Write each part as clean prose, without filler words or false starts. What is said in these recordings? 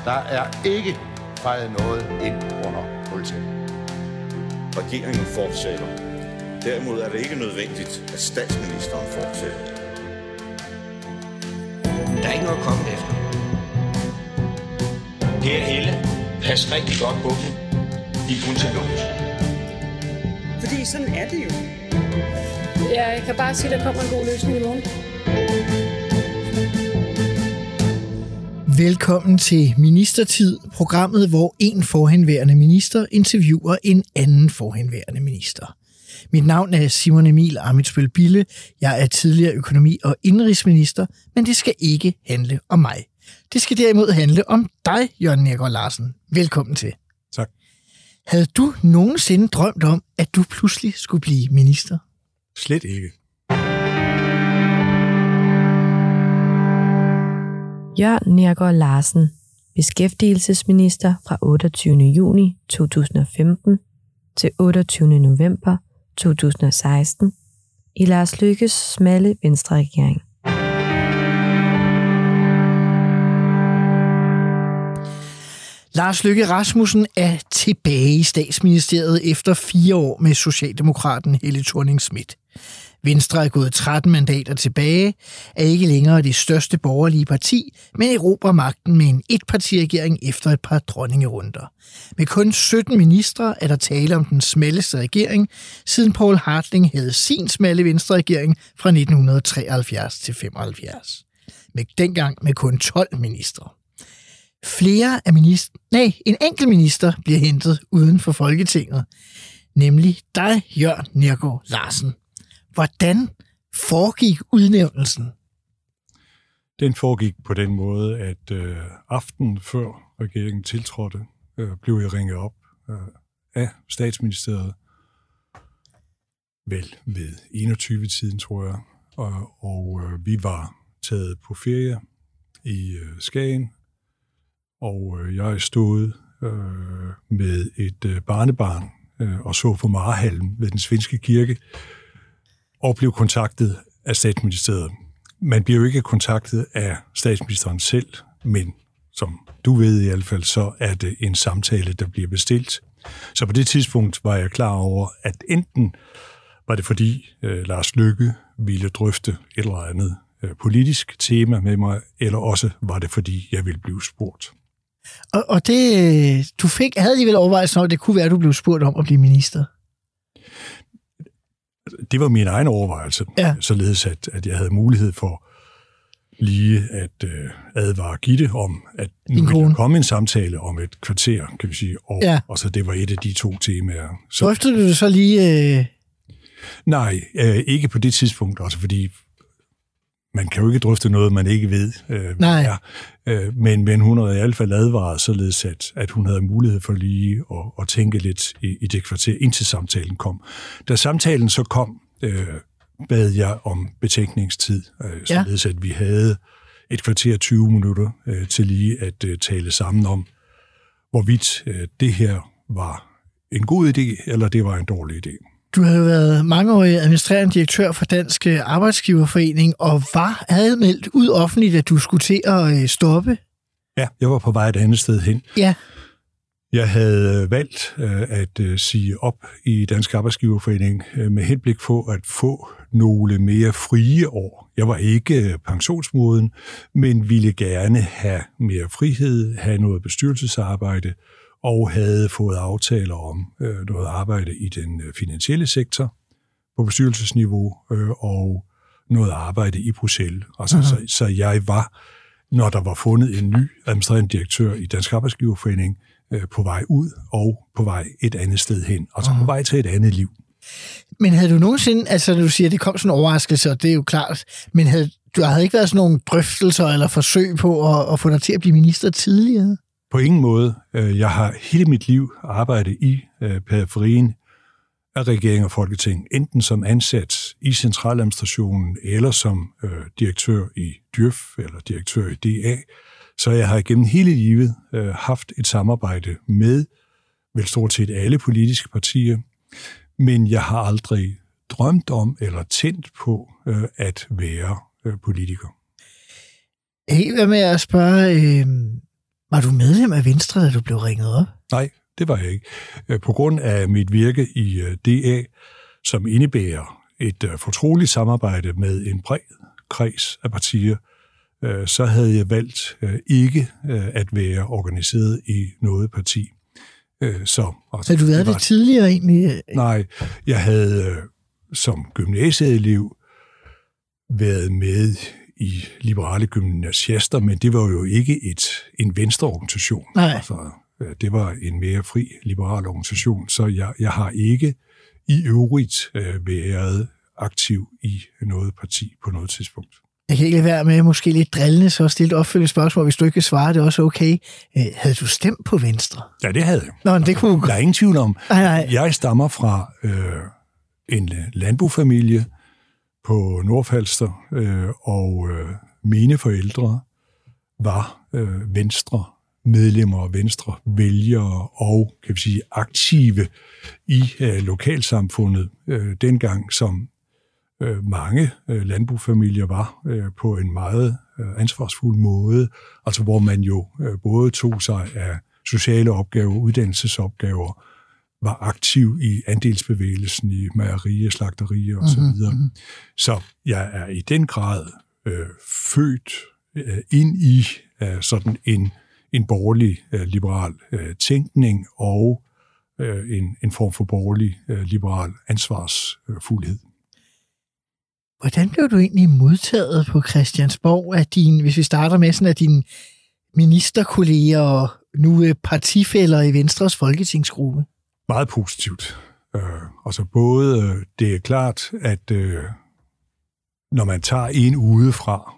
Der er ikke fejret noget ind under politiet. Regeringen fortsætter. Derimod er det ikke nødvendigt, at statsministeren fortsætter. Der er ikke noget at komme efter. Per Helle, pas rigtig godt på dem. De er kun til lås. Fordi sådan er det jo. Ja, jeg kan bare sige, at der kommer en god løsning i morgen. Velkommen til Ministertid, programmet, hvor en forhenværende minister interviewer en anden forhenværende minister. Mit navn er Simon Emil Ammitzbøll-Bille. Jeg er tidligere økonomi- og indenrigsminister, men det skal ikke handle om mig. Det skal derimod handle om dig, Jørgen Neergaard Larsen. Velkommen til. Tak. Havde du nogensinde drømt om, at du pludselig skulle blive minister? Slet ikke. Jørgen Neergaard Larsen, beskæftigelsesminister fra 28. juni 2015 til 28. november 2016 i Lars Løkkes smalle Venstre-regering. Lars Løkke Rasmussen er tilbage i statsministeriet efter 4 år med socialdemokraten Helle Thorning-Schmidt. Venstre er gået 13 mandater tilbage, er ikke længere det største borgerlige parti, men erobrer magten med en etpartiregering efter et par dronningerunder. Med kun 17 ministre er der tale om den smalleste regering, siden Poul Hartling havde sin smalle Venstre-regering fra 1973 til 75. Dengang med kun 12 ministre. En enkelt minister bliver hentet uden for Folketinget, nemlig dig, Jørgen Neergaard Larsen. Hvordan foregik udnævnelsen? Den foregik på den måde, at aftenen før regeringen tiltrådte, blev jeg ringet op af statsministeriet, vel ved 21-tiden, tror jeg, og vi var taget på ferie i Skagen, og jeg stod med et barnebarn og så på Marehallen ved den svenske kirke, og blev kontaktet af statsministeriet. Man bliver jo ikke kontaktet af statsministeren selv, men som du ved i hvert fald, så er det en samtale, der bliver bestilt. Så på det tidspunkt var jeg klar over, at enten var det fordi Lars Løkke ville drøfte et eller andet politisk tema med mig, eller også var det fordi jeg ville blive spurgt. Og det, havde alligevel overvejelsen om, at det kunne være, at du blev spurgt om at blive minister? Det var min egen overvejelse, ja. Således at jeg havde mulighed for lige at advare Gitte om, at nu ville der komme en samtale om et kvarter, kan vi sige, og så det var et af de 2 temaer. Drøftede du det så lige? Nej, ikke på det tidspunkt, også fordi man kan jo ikke drøfte noget, man ikke ved, hvad er. Men hun havde i hvert fald advaret, således at hun havde mulighed for lige at tænke lidt i det kvarter, indtil samtalen kom. Da samtalen så kom, bad jeg om betænkningstid, således at vi havde et kvarter 20 minutter til lige at tale sammen om, hvorvidt det her var en god idé, eller det var en dårlig idé. Du havde været mangeårig administrerende direktør for Dansk Arbejdsgiverforening, og havde meldt ud offentligt, at du skulle til at stoppe. Ja, jeg var på vej et andet sted hen. Ja. Jeg havde valgt at sige op i Dansk Arbejdsgiverforening med henblik på at få nogle mere frie år. Jeg var ikke pensionsmoden, men ville gerne have mere frihed, have noget bestyrelsesarbejde, og havde fået aftaler om noget arbejde i den finansielle sektor på bestyrelsesniveau, og noget arbejde i Bruxelles. Altså, så jeg var, når der var fundet en ny administrerende direktør i Dansk Arbejdsgiverforening, på vej ud og på vej et andet sted hen, altså på vej til et andet liv. Men havde du nogensinde, altså du siger, at det kom sådan en overraskelse, og det er jo klart, men du havde ikke været sådan nogle drøftelser eller forsøg på at få dig til at blive minister tidligere? På ingen måde. Jeg har hele mit liv arbejdet i periferien af regering og folketing, enten som ansat i centraladministrationen, eller som direktør i DJØF, eller direktør i DA. Så jeg har gennem hele livet haft et samarbejde med vel stort set alle politiske partier, men jeg har aldrig drømt om eller tændt på at være politiker. Helt hvad med at spørge, Var du medlem af Venstre, da du blev ringet op? Nej, det var jeg ikke. På grund af mit virke i DA, som indebærer et fortroligt samarbejde med en bred kreds af partier, så havde jeg valgt ikke at være organiseret i noget parti. Så du været det tidligere egentlig? Nej, jeg havde som gymnasieelev været med i Liberale Gymnasiaster, men det var jo ikke en venstreorganisation. Nej. Altså, det var en mere fri liberal organisation, så jeg har ikke i øvrigt været aktiv i noget parti på noget tidspunkt. Jeg kan ikke lade være med, måske lidt drillende, så stille et opfølgende spørgsmål. Hvis du ikke kan svare, det er også okay. Havde du stemt på Venstre? Ja, det havde jeg. Nå, det kunne... Der er ingen tvivl om. Nej. Jeg stammer fra en landbofamilie på Nordfalster, og mine forældre var Venstre medlemmer, Venstre vælgere og, kan vi sige, aktive i lokalsamfundet dengang, som mange landbofamilier var på en meget ansvarsfuld måde, altså hvor man jo både tog sig af sociale opgaver, uddannelsesopgaver, var aktiv i andelsbevægelsen i mejerier, slagterier osv. Så jeg er i den grad født ind i sådan en borgerlig liberal tænkning og en form for borgerlig liberal ansvarsfuldhed. Hvordan blev du egentlig modtaget på Christiansborg af hvis vi starter med sådan, af dine ministerkolleger og nu partifæller i Venstres folketingsgruppe? Meget positivt. Altså både, det er klart, at når man tager en udefra,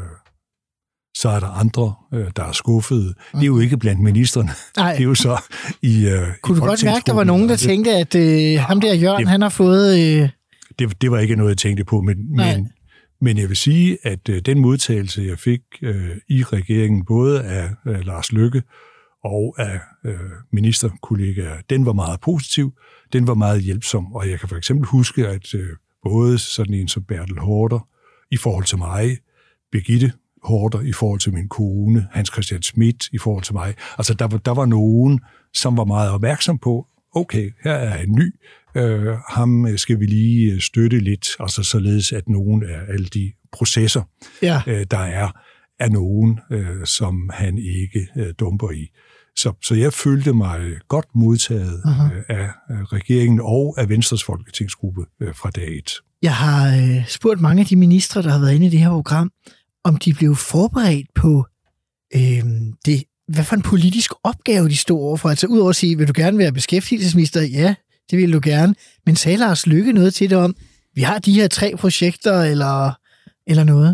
så er der andre, der er skuffede. Det er jo ikke blandt ministerne. Nej. Det er jo så i kunne du godt mærke, der var nogen, der tænkte, at ham der Jørgen, han har fået... Det var ikke noget, jeg tænkte på, men jeg vil sige, at den modtagelse, jeg fik i regeringen, både af Lars Løkke og af ministerkollegaer, den var meget positiv, den var meget hjælpsom, og jeg kan for eksempel huske, at både sådan en som Bertel Haarder i forhold til mig, Birgitte Haarder i forhold til min kone, Hans Christian Schmidt i forhold til mig, altså der var nogen, som var meget opmærksom på, okay, her er en ny, ham skal vi lige støtte lidt, altså således at nogen af alle de processer, der er nogen, som han ikke dumper i. Så jeg følte mig godt modtaget af regeringen og af Venstres folketingsgruppe fra dag 1. Jeg har spurgt mange af de ministre, der har været inde i det her program, om de blev forberedt på hvad for en politisk opgave de stod overfor. Altså udover at sige, vil du gerne være beskæftigelsesminister? Ja, det vil du gerne. Men sagde Lars Løkke noget til det om, vi har de her 3 projekter eller noget?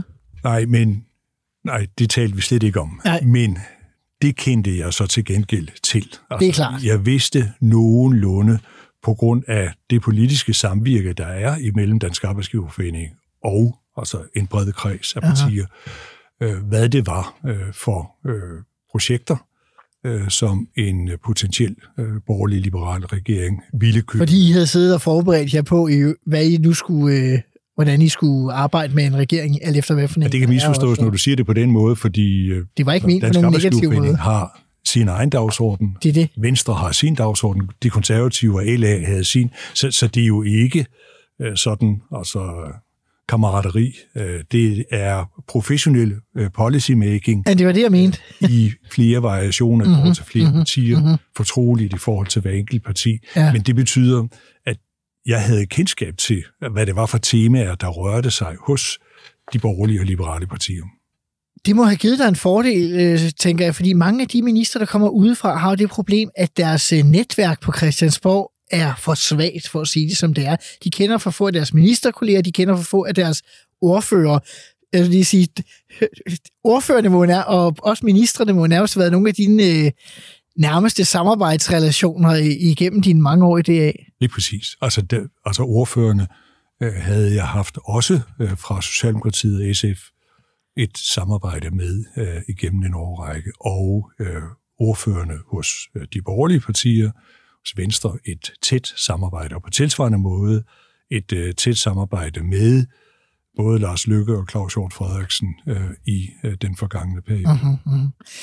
Nej, det talte vi slet ikke om. Nej. Men det kendte jeg så til gengæld til. Altså, det er klart. Jeg vidste nogenlunde på grund af det politiske samvirke, der er imellem Dansk Arbejdsgiverforening og altså en bred kreds af partier, hvad det var for projekter, som en potentiel borgerlig liberal regering ville købe. Fordi I havde siddet og forberedt jer på, hvad I nu skulle, hvordan I skulle arbejde med en regering, alt efter hvad for en. Det kan misforstås, når du siger det på den måde, fordi det var ikke ment på nogen negativ måde. Har sin egen dagsorden. Det er det. Venstre har sin dagsorden. De konservative og LA havde sin. Så det er jo ikke sådan, altså kammerateri. Det er professionel policymaking. Ja, det var det, jeg mente. I flere variationer i forhold til flere partier. Fortroligt i forhold til hver enkelt parti. Ja. Men det betyder, at jeg havde kendskab til, hvad det var for temaer, der rørte sig hos de borgerlige og liberale partier. Det må have givet dig en fordel, tænker jeg, fordi mange af de minister, der kommer udefra, har jo det problem, at deres netværk på Christiansborg er for svagt, for at sige det som det er. De kender for få af deres ministerkolleger, de kender for få af deres ordfører. Jeg vil lige sige, ordførerne må og også ministrene må nærmest have været nogle af dine nærmeste samarbejdsrelationer igennem dine mange år i DA. Lige præcis. Altså ordførerne havde jeg haft også fra Socialdemokratiet og SF et samarbejde med igennem en årrække, og ordførerne hos de borgerlige partier, hos Venstre, et tæt samarbejde, og på tilsvarende måde et tæt samarbejde med både Lars Løkke og Claus Hjort Frederiksen i den forgangne periode.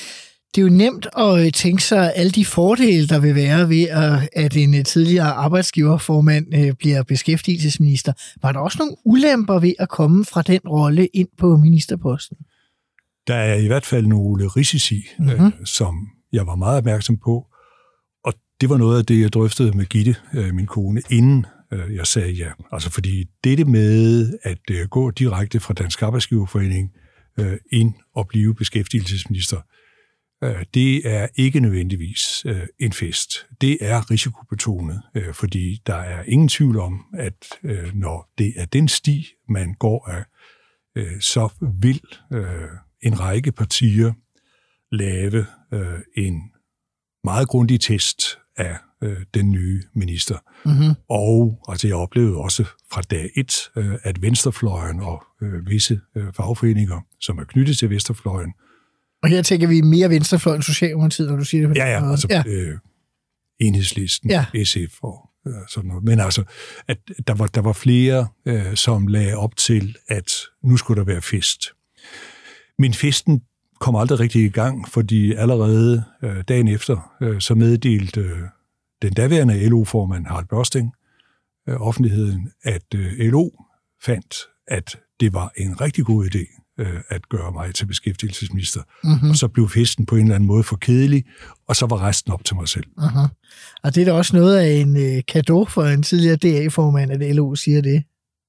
Det er jo nemt at tænke sig alle de fordele, der vil være ved, at en tidligere arbejdsgiverformand bliver beskæftigelsesminister. Var der også nogle ulemper ved at komme fra den rolle ind på ministerposten? Der er i hvert fald nogle risici, som jeg var meget opmærksom på. Og det var noget af det, jeg drøftede med Gitte, min kone, inden jeg sagde ja. Altså fordi dette med at gå direkte fra Dansk Arbejdsgiverforening ind og blive beskæftigelsesminister, det er ikke nødvendigvis en fest. Det er risikobetonet, fordi der er ingen tvivl om, at når det er den sti, man går af, så vil en række partier lave en meget grundig test af den nye minister. Mm-hmm. Og altså, jeg oplevede også fra dag 1, at venstrefløjen og visse fagforeninger, som er knyttet til venstrefløjen. Og her tænker vi mere venstrefløjen end Socialdemokratiet, når du siger det på den måde. Altså Enhedslisten, SF og sådan noget. Men altså, at der var flere, som lagde op til, at nu skulle der være fest. Men festen kom aldrig rigtig i gang, fordi allerede dagen efter, så meddelte den daværende LO-formand Harald Børsting offentligheden, at LO fandt, at det var en rigtig god idé at gøre mig til beskæftigelsesminister. Mm-hmm. Og så blev festen på en eller anden måde for kedelig, og så var resten op til mig selv. Uh-huh. Og det er da også noget af en cadeau for en tidligere DA-formand, at LO siger det.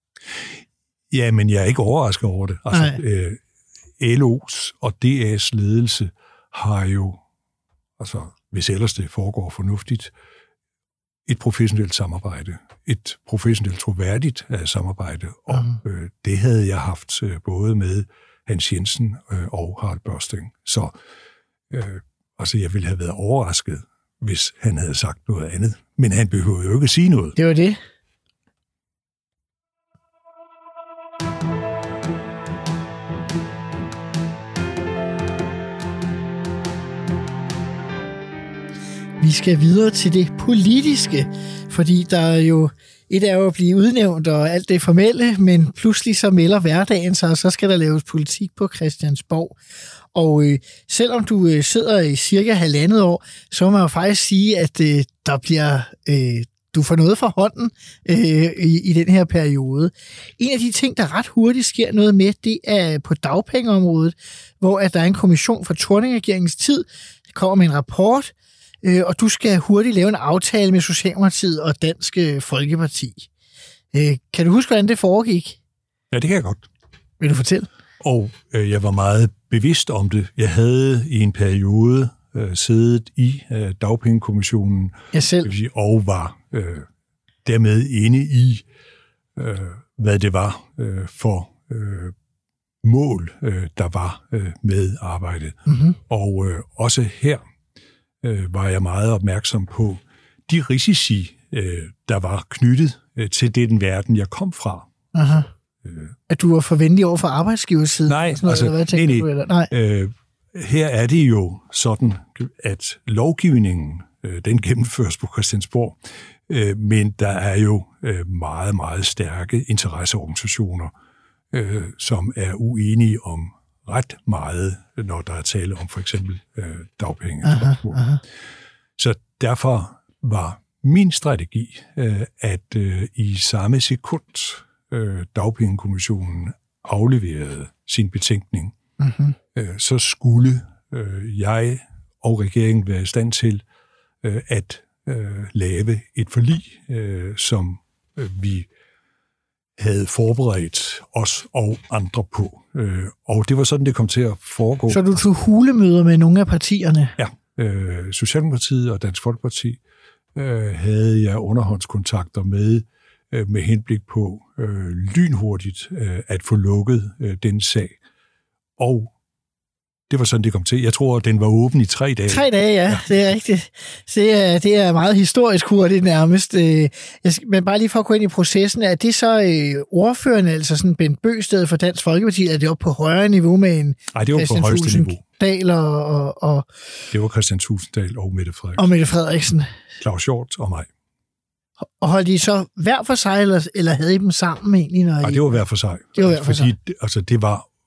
Ja, men jeg er ikke overrasket over det. Altså, LO's og DA's ledelse har jo, altså hvis ellers det foregår fornuftigt, et professionelt samarbejde. Et professionelt troværdigt samarbejde. Og det havde jeg haft både med Hans Jensen og Harald Børsting. Så altså, jeg ville have været overrasket, hvis han havde sagt noget andet. Men han behøvede jo ikke at sige noget. Det var det. Vi skal videre til det politiske, fordi der er jo et er jo at blive udnævnt og alt det formelle, men pludselig så melder hverdagen sig, og så skal der laves politik på Christiansborg. Og selvom du sidder i cirka 1,5 år, så må man jo faktisk sige, at der bliver du får noget fra hånden i den her periode. En af de ting, der ret hurtigt sker noget med, det er på dagpengeområdet, hvor at der er en kommission fra Thorning-regeringens tid, der kommer med en rapport, og du skal hurtigt lave en aftale med Socialdemokratiet og Dansk Folkeparti. Kan du huske, hvordan det foregik? Ja, det kan jeg godt. Vil du fortælle? Og jeg var meget bevidst om det. Jeg havde i en periode siddet i dagpengekommissionen og var dermed inde i, hvad det var for mål, der var med arbejdet. Mm-hmm. Og også her var jeg meget opmærksom på de risici, der var knyttet til den verden, jeg kom fra. Aha. At du var forventet over for arbejdsgiversiden? Nej, her er det jo sådan, at lovgivningen, den gennemføres på Christiansborg, men der er jo meget, meget stærke interesseorganisationer, som er uenige om ret meget, når der er tale om for eksempel dagpenge. Så derfor var min strategi, at i samme sekund dagpengekommissionen afleverede sin betænkning, så skulle jeg og regeringen være i stand til at lave et forlig, som vi havde forberedt os og andre på. Og det var sådan, det kom til at foregå. Så du tog hulemøder med nogle af partierne? Ja. Socialdemokratiet og Dansk Folkeparti havde jeg underhåndskontakter med henblik på lynhurtigt at få lukket den sag. Og det var sådan, det kom til. Jeg tror, den var åben i 3 dage. 3 dage, ja. Det er rigtigt. Det er meget historisk hurtigt nærmest. Men bare lige for at gå ind i processen, er det så ordførende, altså sådan Bent Bøgsted for Dansk Folkeparti, er det oppe på højere niveau med en... Nej, det var på højeste niveau. Dahl og... Det var Christian Tulsendal og Mette Frederiksen. Og Mette Frederiksen. Claus Hjort og mig. Og holdt I så hver for sig, eller havde I dem sammen egentlig? Nej, det var hver for sig. Det var hver for sig. Fordi det var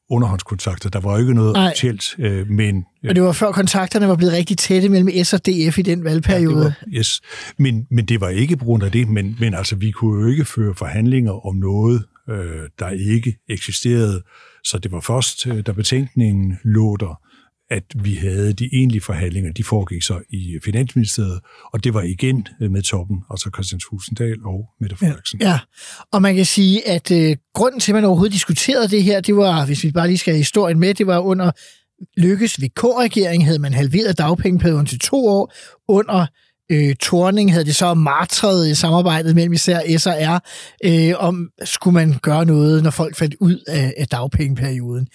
underhåndskontakter. Der var jo ikke noget officielt, men... Og det var før kontakterne var blevet rigtig tætte mellem S og DF i den valgperiode. Ja, men det var ikke på grund af det, men altså, vi kunne jo ikke føre forhandlinger om noget, der ikke eksisterede. Så det var først, da betænkningen lå der, at vi havde de egentlige forhandlinger, de foregik så i Finansministeriet, og det var igen med toppen, altså Christian Thulesen Dahl og Mette Frederiksen. Ja, og man kan sige, at grunden til, at man overhovedet diskuterede det her, det var, hvis vi bare lige skal have historien med, det var under Løkkes VK-regering, havde man halveret dagpengeperioden til 2 år. Under Thorning havde det så martret i samarbejdet mellem især S og R, om skulle man gøre noget, når folk faldt ud af dagpengeperioden.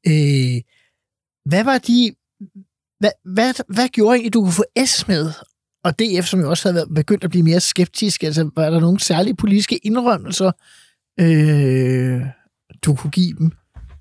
Hvad gjorde egentlig, du kunne få S med? Og DF, som jo også havde været begyndt at blive mere skeptisk, altså var der nogle særlige politiske indrømmelser, du kunne give dem?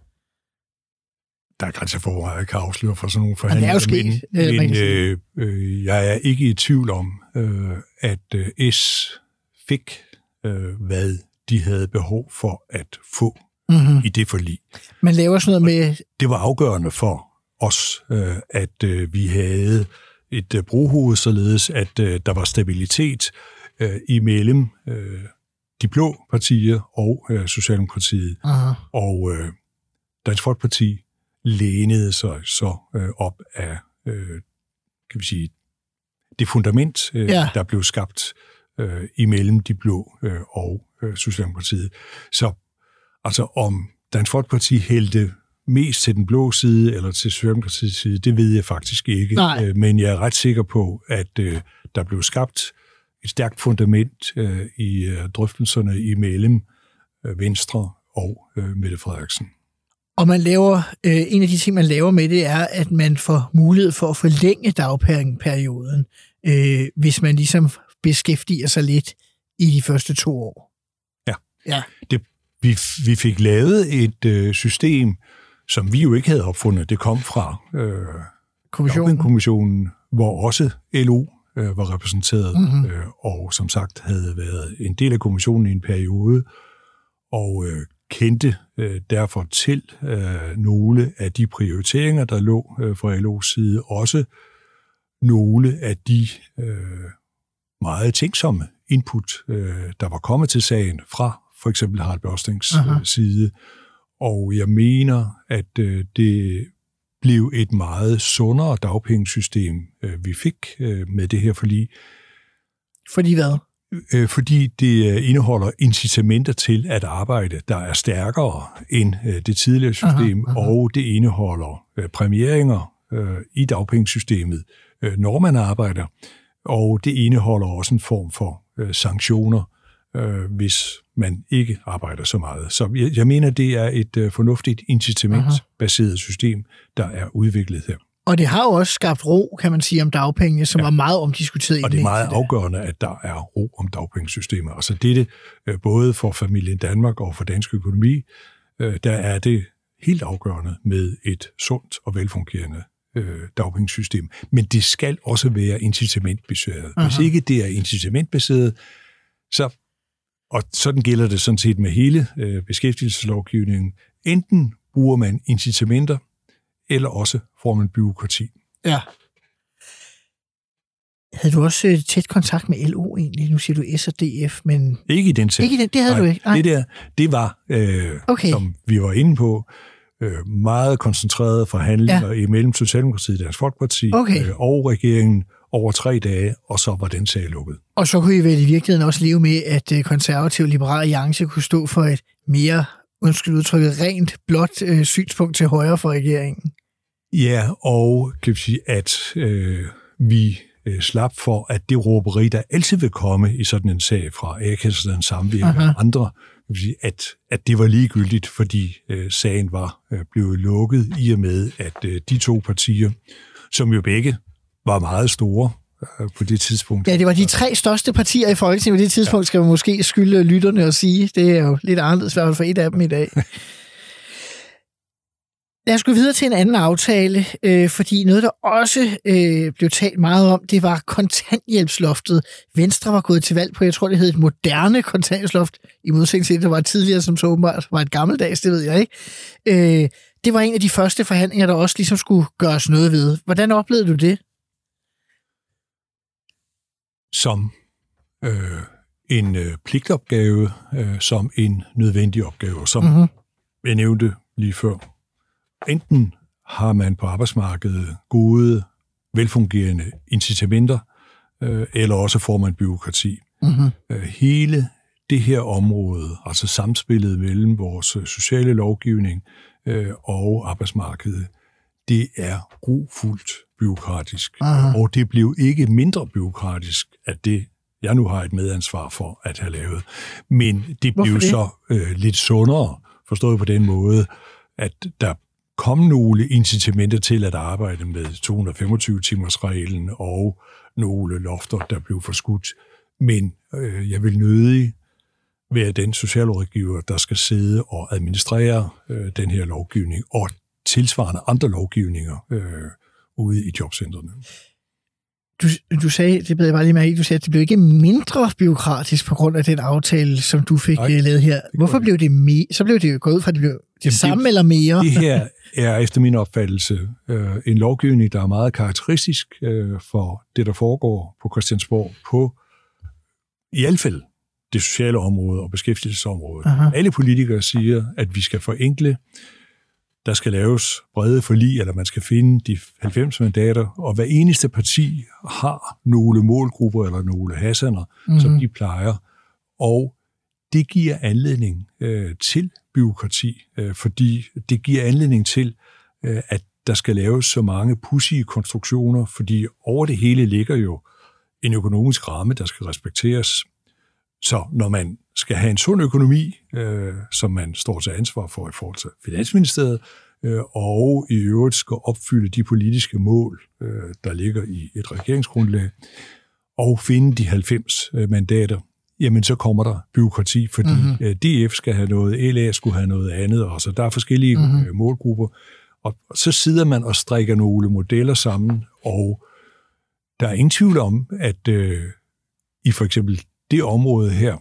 Der er grænser for, hvor jeg kan afsløre for sådan nogle forhandlinger. Men jeg er ikke i tvivl om, at S fik, hvad de havde behov for at få i det forlig. Man laver sådan noget med... Det var afgørende for os, at vi havde et brohoved, således at der var stabilitet imellem de blå partier og Socialdemokratiet. Og Dansk Folkeparti lænede sig så op af, kan vi sige, det fundament, der blev skabt imellem de blå og Socialdemokratiet. Så altså om Dansk Folkeparti hældte mest til den blå side eller til Socialdemokratiets side, det ved jeg faktisk ikke. Men jeg er ret sikker på, at der blev skabt et stærkt fundament i drøftelserne imellem Venstre og Mette Frederiksen. Og man laver, en af de ting, man laver med det, er, at man får mulighed for at forlænge dagpengeperioden, hvis man ligesom beskæftiger sig lidt i de første 2 år. Ja. Vi fik lavet et system, som vi jo ikke havde opfundet. Det kom fra Dagpengekommissionen, hvor også LO var repræsenteret, og som sagt havde været en del af kommissionen i en periode, og kendte derfor til nogle af de prioriteringer, der lå fra LO's side, også nogle af de meget tænksomme input, der var kommet til sagen fra for eksempel Harald Børstings side. Og jeg mener, at det blev et meget sundere dagpengesystem, vi fik med det her forlig. Fordi hvad? Fordi det indeholder incitamenter til at arbejde, der er stærkere end det tidligere system, og det indeholder præmieringer i dagpengesystemet, når man arbejder, og det indeholder også en form for sanktioner, hvis man ikke arbejder så meget. Så jeg mener, det er et fornuftigt incitamentbaseret system, der er udviklet her. Og det har jo også skabt ro, kan man sige, om dagpengene, som var meget omdiskuteret. Og det er meget afgørende, at der er ro om dagpengesystemet. Altså dette, både for familien Danmark og for dansk økonomi, der er det helt afgørende med et sundt og velfungerende dagpengesystem. Men det skal også være incitamentbaseret. Hvis ikke det er incitamentbaseret, så, og sådan gælder det sådan set med hele beskæftigelseslovgivningen, enten bruger man incitamenter, eller også får man byråkrati. Ja. Havde du også tæt kontakt med LO egentlig? Nu siger du S og DF, men... Ikke i den sag. Ikke i den, det havde du ikke? Nej. Det var, som vi var inde på, meget koncentrerede forhandlinger imellem Socialdemokratiet, Dansk Folkeparti og regeringen over 3 dage, og så var den sag lukket. Og så kunne I vel i virkeligheden også leve med, at Konservativ Liberal Alliance kunne stå for et mere, undskyld udtrykket, rent blåt synspunkt til højre for regeringen. Ja, og kan vi sige, at vi slap for, at det råberi, der altid vil komme i sådan en sag fra A-kasserne, Samvirke og andre, kan vi sige, at det var ligegyldigt, fordi sagen var blevet lukket i og med, at de 2 partier, som jo begge var meget store på det tidspunkt. Ja, det var de 3 største partier i Folketinget på det tidspunkt, skal man måske skylde lytterne at sige. Det er jo lidt anderledes for et af dem i dag. Lad os gå videre til en anden aftale, fordi noget, der også blev talt meget om, det var kontanthjælpsloftet. Venstre var gået til valg på, jeg tror, det hed et moderne kontanthjælpsloft, i modsætning til det, der var tidligere, som så åbenbart var et gammeldags, det ved jeg ikke. det var en af de første forhandlinger, der også ligesom skulle gøres noget ved. Hvordan oplevede du det? Som en pligtopgave, som en nødvendig opgave, som jeg nævnte lige før. Enten har man på arbejdsmarkedet gode, velfungerende incitamenter, eller også får man byråkrati. Hele det her område, altså samspillet mellem vores sociale lovgivning og arbejdsmarkedet, det er grufuldt bureaukratisk. Og det blev ikke mindre bureaukratisk af det, jeg nu har et medansvar for at have lavet. Men det blev så lidt sundere, forstået på den måde, at der kom nogle incitamenter til at arbejde med 225-timers-reglen og nogle lofter, der blev forskudt. Men jeg vil nødig være den socialrådgiver, der skal sidde og administrere den her lovgivning og tilsvarende andre lovgivninger ude i jobcentrene. Du sagde, det blev jeg bare lige mærke, du sagde, at det blev ikke mindre bureaukratisk på grund af den aftale, som du fik lavet her. Hvorfor blev det så blev det jo gået ud fra, at det blev det samme eller mere? Det her er efter min opfattelse en lovgivning, der er meget karakteristisk for det, der foregår på Christiansborg på i hvert fald det sociale område og beskæftigelsesområdet. Alle politikere siger, at vi skal forenkle, der skal laves brede forlig, eller man skal finde de 90 mandater, og hver eneste parti har nogle målgrupper eller nogle hassaner, som de plejer. Og det giver anledning til bureaukrati, fordi det giver anledning til, at der skal laves så mange pudsige konstruktioner, fordi over det hele ligger jo en økonomisk ramme, der skal respekteres. Så når man skal have en sund økonomi, som man står til ansvar for i forhold til Finansministeriet, og i øvrigt skal opfylde de politiske mål, der ligger i et regeringsgrundlag, og finde de 90 mandater, jamen så kommer der bureaukrati, fordi DF skal have noget, LA skulle have noget andet, og så der er forskellige målgrupper, og så sidder man og strikker nogle modeller sammen, og der er ingen tvivl om, at i for eksempel det område her,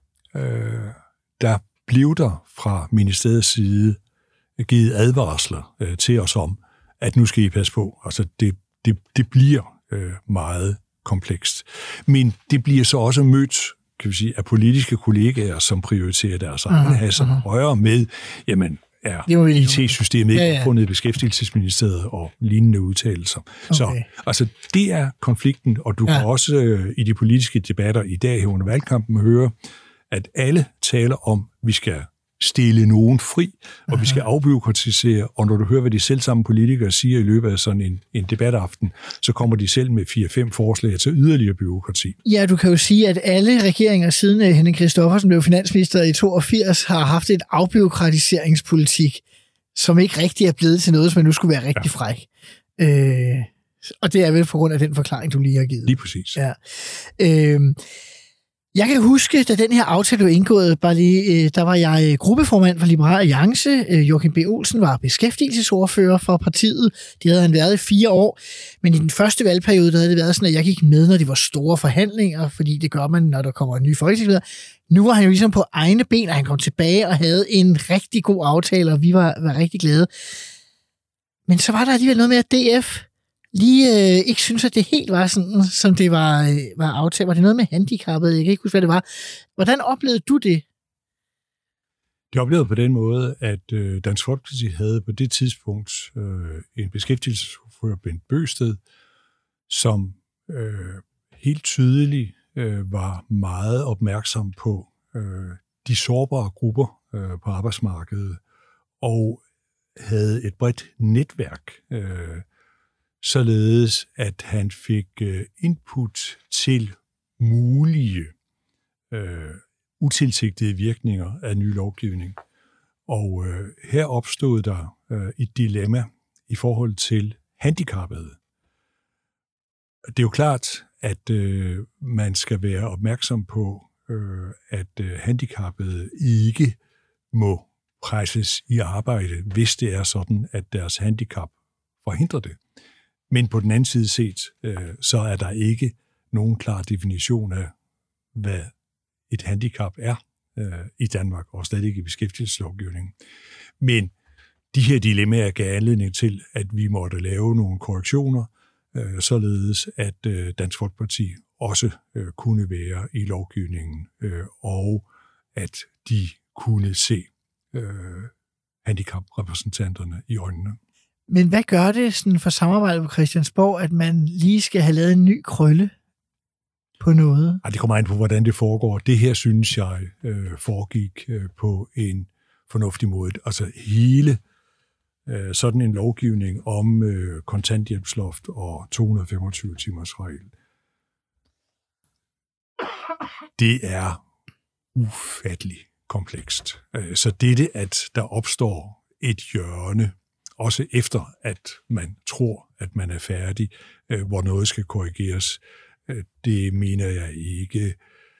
der blev der fra ministeriets side givet advarsler til os om, at nu skal I passe på. Altså det bliver meget komplekst. Men det bliver så også mødt, kan vi sige, af politiske kollegaer, som prioriterer deres egne hasser højere med, jamen, er IT-systemet ikke fundet i Beskæftigelsesministeriet og lignende udtalelser. Okay. Så altså, det er konflikten, og du kan også i de politiske debatter i dag her under valgkampen høre, at alle taler om, at vi skal stille nogen fri, og vi skal afbureaukratisere, og når du hører, hvad de selv samme politikere siger i løbet af sådan en debataften, så kommer de selv med 4-5 forslag til yderligere bureaukrati. Ja, du kan jo sige, at alle regeringer siden Henning Christoffersen blev finansminister i 82 har haft et afbureaukratiseringspolitik, som ikke rigtig er blevet til noget, som man nu skulle være rigtig fræk. Og det er vel på grund af den forklaring, du lige har givet. Lige præcis. Ja. Jeg kan huske, da den her aftale blev indgået, der var jeg gruppeformand for Liberal Alliance. Joachim B. Olsen var beskæftigelsesordfører for partiet. Det havde han været i 4 år. Men i den første valgperiode, der havde det været sådan, at jeg gik med, når det var store forhandlinger, fordi det gør man, når der kommer en ny folketingsleder. Nu var han jo ligesom på egne ben, og han kom tilbage og havde en rigtig god aftale, og vi var rigtig glade. Men så var der alligevel noget med, at DF lige ikke synes, at det helt var sådan, som det var aftalt. Var det noget med handicappede? Jeg kan ikke huske, hvad det var. Hvordan oplevede du det? Jeg oplevede på den måde, at Dansk Folkeparti havde på det tidspunkt en beskæftigelsesordfører, Bent Bøgsted, som helt tydeligt var meget opmærksom på de sårbare grupper på arbejdsmarkedet, og havde et bredt netværk, således at han fik input til mulige utilsigtede virkninger af ny lovgivning. Og her opstod der et dilemma i forhold til handicappede. Det er jo klart, at man skal være opmærksom på, at handicappede ikke må presses i arbejde, hvis det er sådan, at deres handicap forhindrer det. Men på den anden side set, så er der ikke nogen klar definition af, hvad et handicap er i Danmark, og slet ikke i beskæftigelseslovgivningen. Men de her dilemmaer gav anledning til, at vi måtte lave nogle korrektioner, således at Dansk Folkeparti også kunne være i lovgivningen, og at de kunne se handicaprepræsentanterne i øjnene. Men hvad gør det sådan for samarbejdet på Christiansborg, at man lige skal have lavet en ny krølle på noget? Det kommer an på, hvordan det foregår. Det her, synes jeg, foregik på en fornuftig måde. Altså hele sådan en lovgivning om kontanthjælpsloft og 225-timers regel, det er ufatteligt komplekst. Så dette, at der opstår et hjørne, også efter at man tror, at man er færdig, hvor noget skal korrigeres, det mener jeg ikke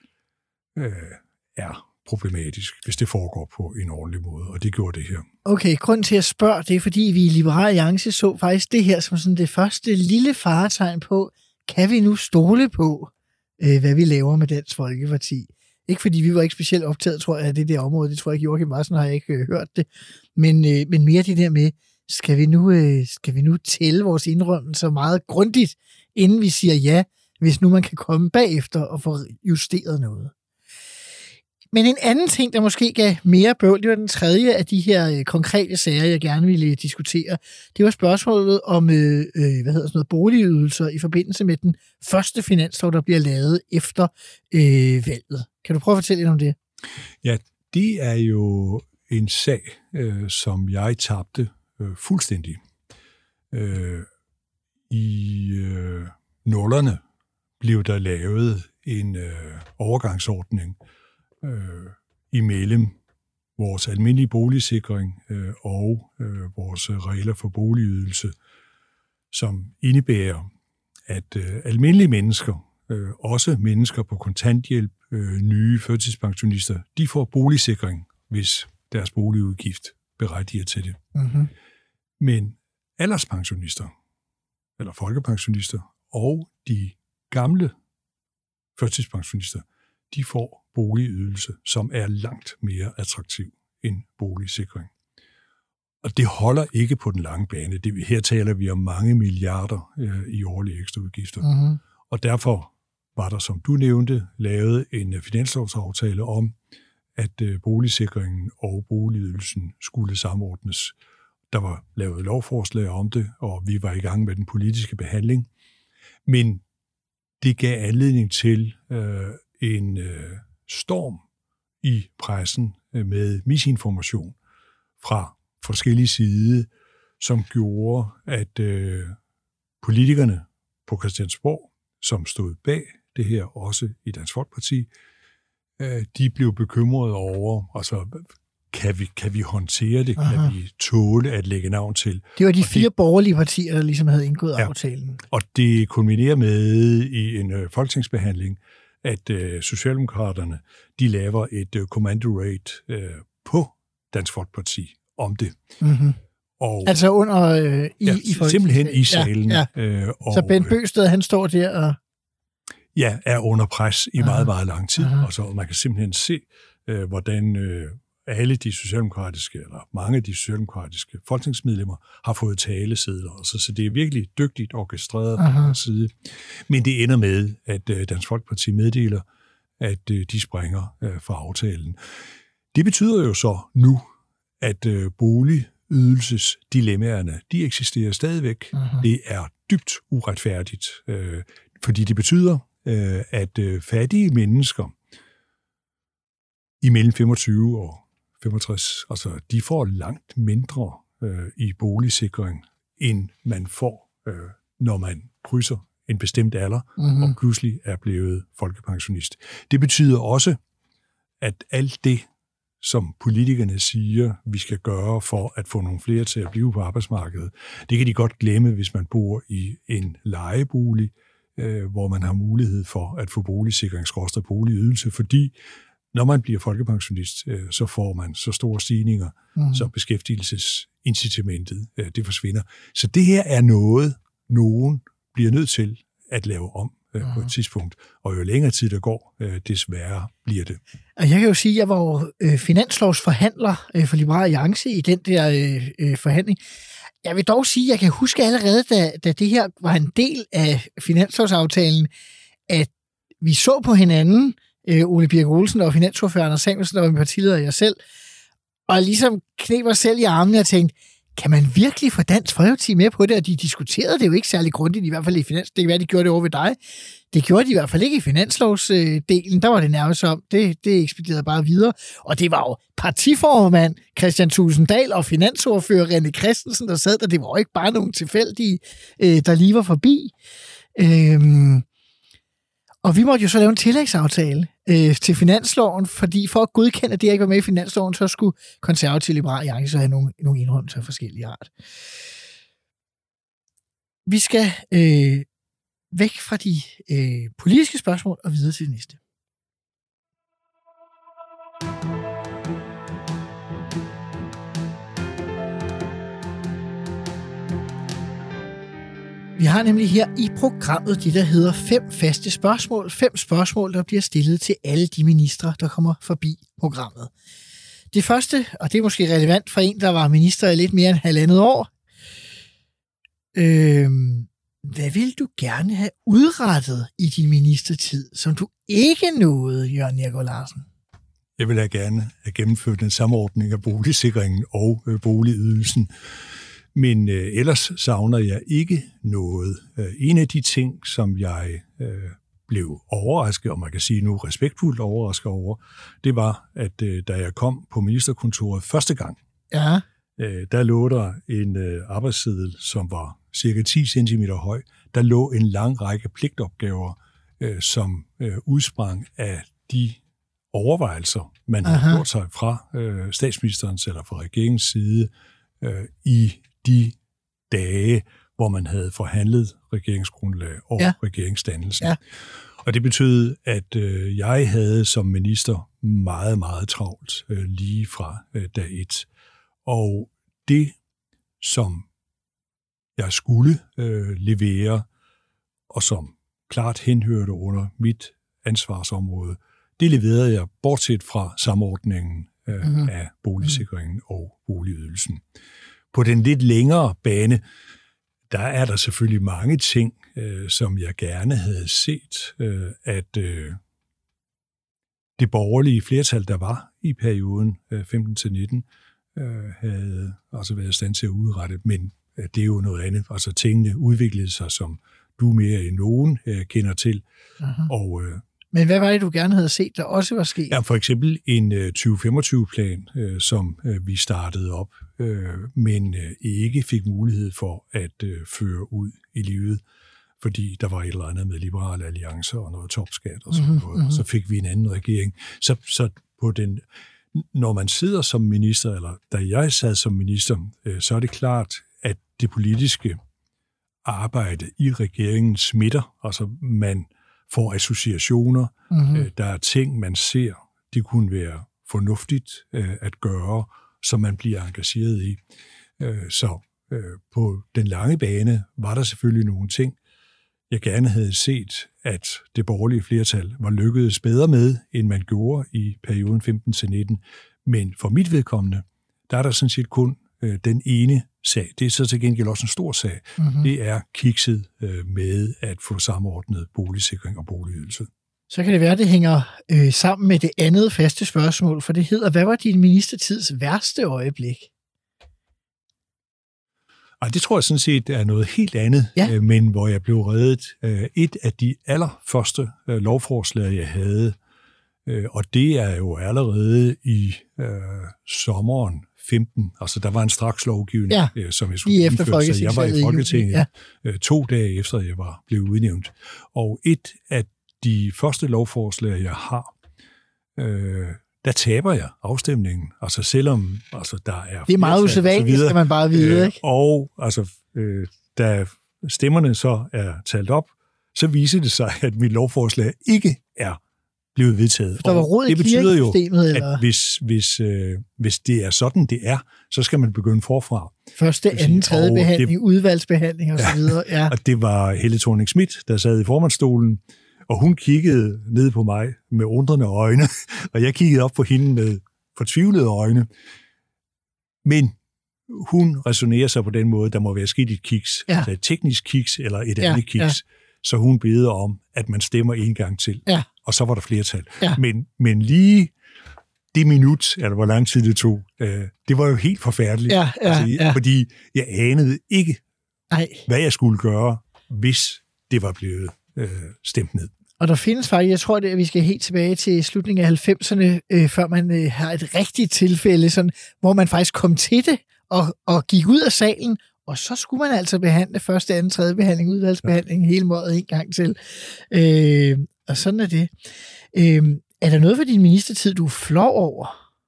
er problematisk, hvis det foregår på en ordentlig måde, og det gjorde det her. Okay, grund til at spørge, det er, fordi vi i Liberal Alliance så faktisk det her som sådan det første lille faretegn på, kan vi nu stole på, hvad vi laver med Dansk Folkeparti? Ikke fordi vi var ikke specielt optaget, tror jeg, af det der område. Det tror jeg ikke, Joachim Madsen har ikke hørt det. Men mere det der med, skal vi nu tælle vores indrømmelser meget grundigt, inden vi siger ja, hvis nu man kan komme bagefter og få justeret noget. Men en anden ting, der måske gav mere bøvl, det var den tredje af de her konkrete sager, jeg gerne ville diskutere. Det var spørgsmålet om boligydelser i forbindelse med den første finanslov, der bliver lavet efter valget. Kan du prøve at fortælle lidt om det? Ja, det er jo en sag, som jeg tabte fuldstændig. I nullerne blev der lavet en overgangsordning imellem vores almindelige boligsikring og vores regler for boligydelse, som indebærer, at almindelige mennesker, også mennesker på kontanthjælp, nye førtidspensionister, de får boligsikring, hvis deres boligudgift berettiger til det. Mm-hmm. Men alderspensionister, eller folkepensionister, og de gamle førtidspensionister, de får boligydelse, som er langt mere attraktiv end boligsikring. Og det holder ikke på den lange bane. Her taler vi om mange milliarder i årlige ekstraudgifter. Mm-hmm. Og derfor var der, som du nævnte, lavet en finanslovsaftale om, at boligsikringen og boligydelsen skulle samordnes. Der var lavet lovforslag om det, og vi var i gang med den politiske behandling. Men det gav anledning til en storm i pressen med misinformation fra forskellige sider, som gjorde, at politikerne på Christiansborg, som stod bag det her, også i Dansk Folkeparti, de blev bekymrede over, altså, kan vi håndtere det? Aha. Kan vi tåle at lægge navn til? Det var de fire borgerlige partier, der ligesom havde indgået aftalen. Og det kulminerer med i en folketingsbehandling, at Socialdemokraterne, de laver et kommando-raid på Dansk Folkeparti om det. Mm-hmm. Og, altså under i simpelthen i salen. Ja. Så Bent Bøgsted, han står der og... Ja, er under pres i meget, meget lang tid. Og så man kan simpelthen se, hvordan alle de socialdemokratiske, eller mange af de socialdemokratiske folketingsmedlemmer har fået talesedler. Så det er virkelig dygtigt orkestreret på den side. Men det ender med, at Dansk Folkeparti meddeler, at de springer fra aftalen. Det betyder jo så nu, at boligydelsesdilemmaerne, de eksisterer stadigvæk. Det er dybt uretfærdigt, fordi det betyder, at fattige mennesker imellem 25 og 65, altså de får langt mindre i boligsikring, end man får, når man krydser en bestemt alder, og pludselig er blevet folkepensionist. Det betyder også, at alt det, som politikerne siger, vi skal gøre for at få nogle flere til at blive på arbejdsmarkedet, det kan de godt glemme, hvis man bor i en lejebolig, hvor man har mulighed for at få boligsikring, boligydelse, fordi når man bliver folkepensionist, så får man så store stigninger, så beskæftigelsesincitamentet, det forsvinder. Så det her er noget, nogen bliver nødt til at lave om på et tidspunkt. Og jo længere tid der går, desværre bliver det. Og jeg kan jo sige, at jeg var jo finanslovsforhandler for Liberal Alliance i den der forhandling. Jeg vil dog sige, at jeg kan huske allerede, da det her var en del af finanslovsaftalen, at vi så på hinanden, Ole Birk Olsen, der var finansordfører, Anders Samuelsen, der var min partileder og jeg selv, og ligesom kneb os selv i armene og tænkte, kan man virkelig få Dansk Folkeparti med på det? Og de diskuterede det jo ikke særlig grundigt, i hvert fald i finans. Det kan være, de gjorde det over ved dig. Det gjorde de i hvert fald ikke i finanslovsdelen. Der var det nærmest om. Det ekspederede bare videre. Og det var jo partiformand Kristian Thulesen Dahl og finansordfører René Christensen, der sad der. Det var jo ikke bare nogen tilfældige, der lige var forbi. Og vi måtte jo så lave en tillægsaftale til finansloven, fordi for at godkende, at det ikke var med i finansloven, så skulle Konservative Liberal Alliance have nogle indrømmelser af forskellige art. Vi skal væk fra de politiske spørgsmål og videre til det næste. Vi har nemlig her i programmet det, der hedder 5 faste spørgsmål. 5 spørgsmål, der bliver stillet til alle de ministre, der kommer forbi programmet. Det første, og det er måske relevant for en, der var minister i lidt mere end 1,5 år. Hvad vil du gerne have udrettet i din ministertid, som du ikke nåede, Jørgen Neergaard Larsen? Jeg vil gerne have gennemført en samordning af boligsikringen og boligydelsen. Men ellers savner jeg ikke noget. En af de ting, som jeg blev overrasket, og man kan sige nu respektfuldt overrasket over, det var, at da jeg kom på ministerkontoret første gang, der lå der en arbejdsseddel, som var cirka 10 cm høj. Der lå en lang række pligtopgaver, som udsprang af de overvejelser, man havde gjort sig fra statsministerens eller fra regeringens side i de dage, hvor man havde forhandlet regeringsgrundlag og regeringsdannelsen. Ja. Og det betød, at jeg havde som minister meget, meget travlt lige fra dag 1. Og det, som jeg skulle levere, og som klart henhørte under mit ansvarsområde, det leverede jeg bortset fra samordningen af boligsikringen og boligydelsen. På den lidt længere bane, der er der selvfølgelig mange ting, som jeg gerne havde set, at det borgerlige flertal, der var i perioden 15-19, havde altså været i stand til at udrette, men det er jo noget andet. Altså tingene udviklede sig, som du mere end nogen kender til. Og men hvad var det, du gerne havde set, der også var sket? Ja, for eksempel en 2025-plan, som vi startede op, men ikke fik mulighed for at føre ud i livet, fordi der var et eller andet med liberale alliancer og noget topskat og sådan noget. Så fik vi en anden regering. Så på den, når man sidder som minister, eller da jeg sad som minister, så er det klart, at det politiske arbejde i regeringen smitter. Altså man får associationer. Der er ting, man ser, det kunne være fornuftigt at gøre, som man bliver engageret i. Så på den lange bane var der selvfølgelig nogle ting, jeg gerne havde set, at det borgerlige flertal var lykkedes bedre med, end man gjorde i perioden 15-19. Men for mit vedkommende, der er der sådan set kun den ene sag. Det er så til gengæld også en stor sag. Det er kikset med at få samordnet boligsikring og boligydelse. Så kan det være, at det hænger sammen med det andet faste spørgsmål, for det hedder, hvad var din ministertids værste øjeblik? Det tror jeg sådan set er noget helt andet, men hvor jeg blev reddet. Et af de allerførste lovforslag, jeg havde, og det er jo allerede i sommeren 15. Altså, der var en straks lovgivning, som jeg skulle indføre, så jeg var i Folketinget 2 dage efter, jeg var blevet udnævnt. Og et af de første lovforslag, jeg har, der taber jeg afstemningen. Altså, selvom der er... Det er meget usædvanligt, skal man bare vide, ikke? Og altså, da stemmerne så er talt op, så viser det sig, at mit lovforslag ikke er blevet vedtaget. Der var rod i det betyder jo, eller? at hvis det er sådan, det er, så skal man begynde forfra. Første, anden, tredje behandling, udvalgsbehandling og så videre. Ja. Og det var Helle Thorning-Schmidt, der sad i formandsstolen, og hun kiggede ned på mig med undrende øjne, og jeg kiggede op på hende med fortvivlede øjne. Men hun resonerer sig på den måde, der må være sket et kiks, altså et teknisk kiks eller et andet kiks. Ja. Så hun beder om, at man stemmer en gang til. Ja. Og så var der flertal. Ja. Men lige det minut, eller hvor lang tid det tog, det var jo helt forfærdeligt. Fordi jeg anede ikke, hvad jeg skulle gøre, hvis det var blevet stemt ned. Og der findes faktisk, jeg tror, at vi skal helt tilbage til slutningen af 90'erne, før man har et rigtigt tilfælde, sådan, hvor man faktisk kom til det og gik ud af salen, og så skulle man altså behandle første, anden, tredje behandling, udvalgsbehandling, hele måden en gang til. Og sådan er det. Er der noget ved din ministertid, du er flov over?